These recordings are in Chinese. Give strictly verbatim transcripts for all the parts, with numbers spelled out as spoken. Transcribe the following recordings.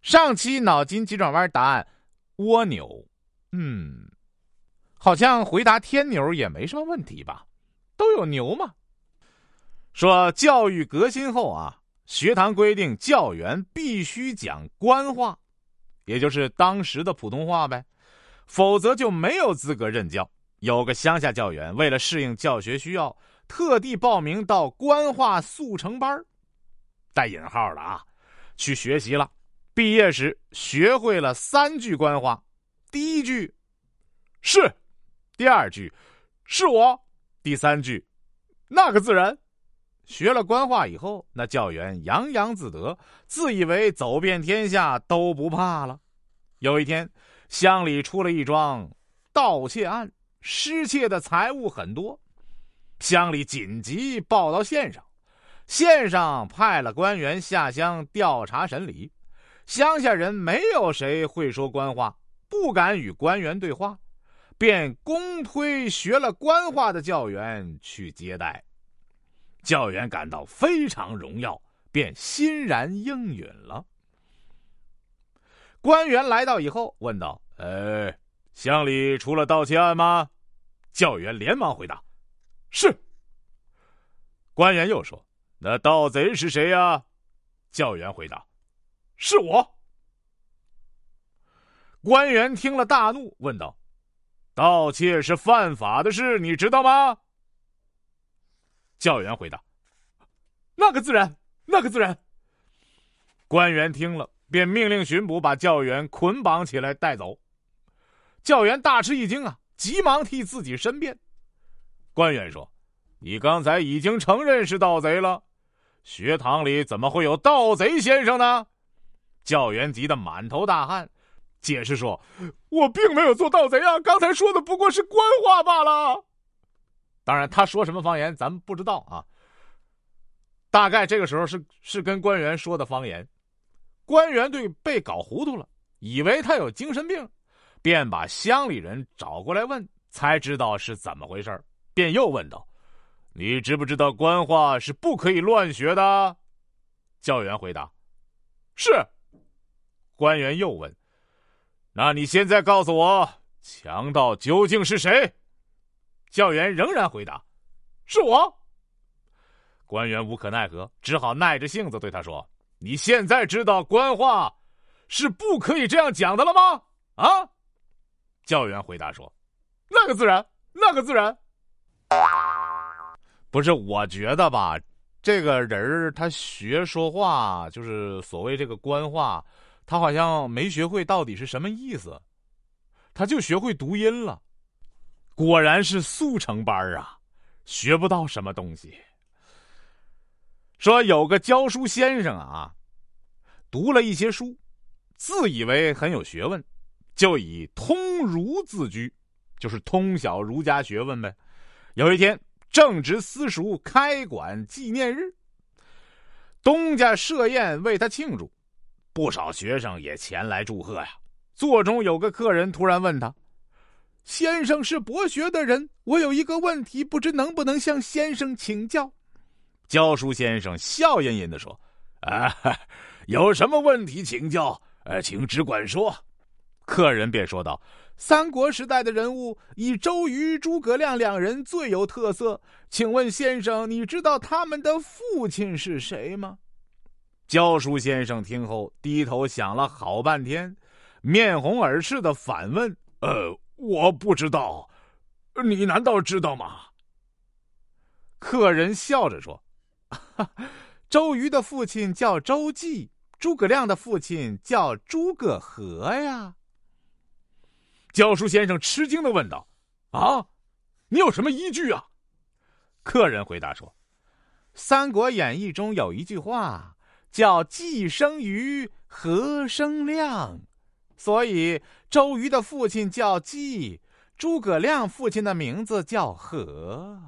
上期脑筋急转弯答案蜗牛。嗯，好像回答天牛也没什么问题吧，都有牛嘛。说教育革新后啊，学堂规定教员必须讲官话，也就是当时的普通话呗，否则就没有资格任教。有个乡下教员为了适应教学需要，特地报名到官话速成班，带引号的啊，去学习了。毕业时学会了三句官话，第一句是，第二句是我，第三句那个自然。学了官话以后，那教员洋洋自得，自以为走遍天下都不怕了。有一天，乡里出了一桩盗窃案，失窃的财物很多，乡里紧急报到县上，县上派了官员下乡调查审理。乡下人没有谁会说官话，不敢与官员对话，便公推学了官话的教员去接待。教员感到非常荣耀，便欣然应允了。官员来到以后问道：呃，乡里出了盗窃案吗？教员连忙回答：是。官员又说：那盗贼是谁呀？教员回答：是我。官员听了大怒，问道：盗窃是犯法的事，你知道吗？教员回答：那个自然，那个自然。官员听了，便命令巡捕把教员捆绑起来带走。教员大吃一惊啊，急忙替自己申辩。官员说：你刚才已经承认是盗贼了，学堂里怎么会有盗贼先生呢？教员急得满头大汗，解释说：我并没有做盗贼啊，刚才说的不过是官话罢了。当然他说什么方言咱们不知道啊，大概这个时候是是跟官员说的方言。官员对被搞糊涂了，以为他有精神病，便把乡里人找过来问，才知道是怎么回事，便又问道：你知不知道官话是不可以乱学的？教员回答：是。官员又问：那你现在告诉我，强盗究竟是谁？教员仍然回答：是我。官员无可奈何，只好耐着性子对他说：你现在知道官话是不可以这样讲的了吗？啊？教员回答说：那个自然，那个自然。不是，我觉得吧，这个人他学说话，就是所谓这个官话，他好像没学会到底是什么意思，他就学会读音了。果然是速成班啊，学不到什么东西。说有个教书先生啊，读了一些书，自以为很有学问，就以通儒自居，就是通晓儒家学问呗。有一天正值私塾开馆纪念日，东家设宴为他庆祝，不少学生也前来祝贺呀。座中有个客人突然问他：先生是博学的人，我有一个问题，不知能不能向先生请教。教书先生笑吟吟地说：啊，有什么问题请教，呃，请只管说。客人便说道：三国时代的人物以周瑜、诸葛亮两人最有特色，请问先生，你知道他们的父亲是谁吗？教书先生听后低头想了好半天，面红耳赤地反问：呃，我不知道，你难道知道吗？客人笑着说：周瑜的父亲叫周忌，诸葛亮的父亲叫诸葛和呀。教书先生吃惊地问道：啊，你有什么依据啊？客人回答说：三国演义中有一句话叫既生瑜，何生亮，所以周瑜的父亲叫季，诸葛亮父亲的名字叫和。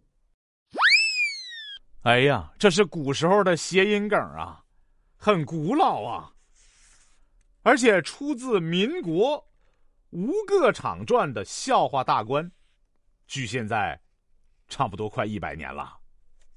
哎呀，这是古时候的谐音梗啊，很古老啊，而且出自民国吴个场传的笑话大观，距现在差不多快一百年了。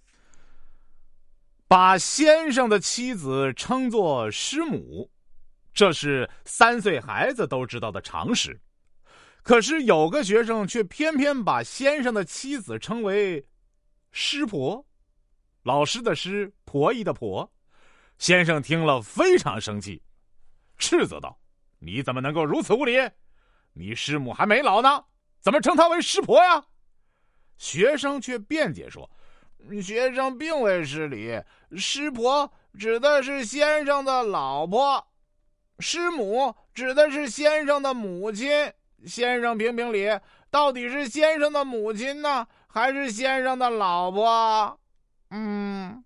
把先生的妻子称作师母， 这是三岁孩子都知道的常识。可是有个学生却偏偏把先生的妻子称为师婆，老师的师，婆姨的婆。先生听了非常生气，斥责道：你怎么能够如此无礼？你师母还没老呢，怎么称她为师婆呀？学生却辩解说：学生并未失礼，师婆指的是先生的老婆，师母指的是先生的母亲。先生评评理，到底是先生的母亲呢，还是先生的老婆？嗯，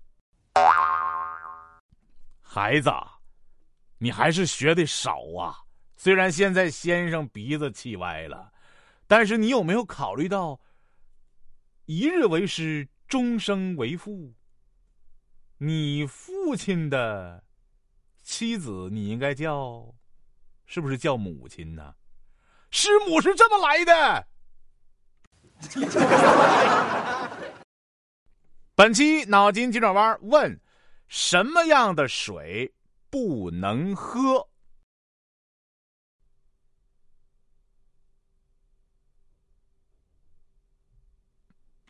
孩子，你还是学的少啊。虽然现在先生鼻子气歪了，但是你有没有考虑到一日为师，终生为父？你父亲的妻子你应该叫，是不是叫母亲呢？师母是这么来的。本期脑筋急转弯问：什么样的水不能喝？